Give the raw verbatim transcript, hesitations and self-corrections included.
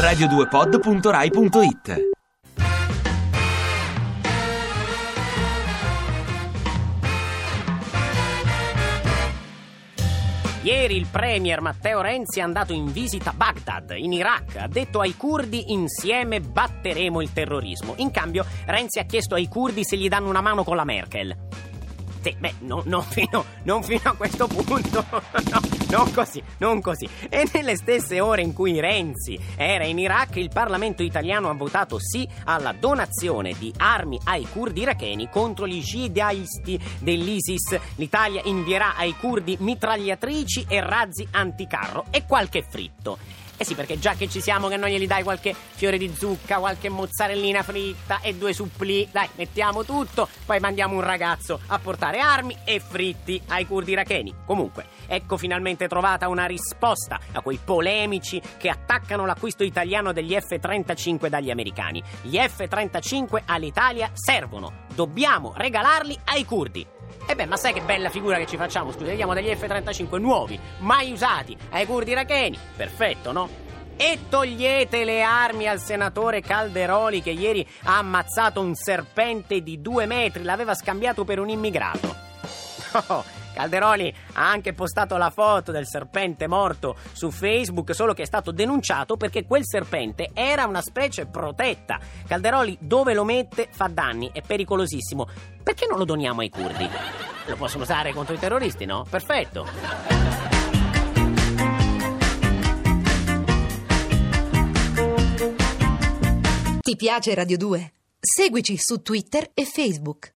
radio due pod punto rai punto it. Ieri il premier Matteo Renzi è andato in visita a Baghdad, in Iraq. Ha detto ai curdi: insieme batteremo il terrorismo. In cambio Renzi ha chiesto ai curdi se gli danno una mano con la Merkel. Sì, beh, no, no, fino, non fino a questo punto, no, non così, non così. E nelle stesse ore in cui Renzi era in Iraq, il Parlamento italiano ha votato sì alla donazione di armi ai curdi iracheni contro gli jihadisti dell'ISIS. L'Italia invierà ai curdi mitragliatrici e razzi anticarro e qualche fritto. Eh sì, perché già che ci siamo, che non glieli dai qualche fiore di zucca, qualche mozzarellina fritta e due supplì, dai, mettiamo tutto, poi mandiamo un ragazzo a portare armi e fritti ai curdi iracheni. Comunque, ecco finalmente trovata una risposta a quei polemici che attaccano l'acquisto italiano degli F trentacinque dagli americani. Gli F trentacinque all'Italia servono, dobbiamo regalarli ai curdi. E beh, ma sai che bella figura che ci facciamo? Scusa, diamo degli F trentacinque nuovi, mai usati, ai curdi iracheni. Perfetto, no? E togliete le armi al senatore Calderoli, che ieri ha ammazzato un serpente di due metri, l'aveva scambiato per un immigrato. Oh, Calderoli ha anche postato la foto del serpente morto su Facebook, solo che è stato denunciato perché quel serpente era una specie protetta. Calderoli dove lo mette fa danni, è pericolosissimo. Perché non lo doniamo ai curdi? Lo possono usare contro i terroristi, no? Perfetto. Ti piace Radio due? Seguici su Twitter e Facebook.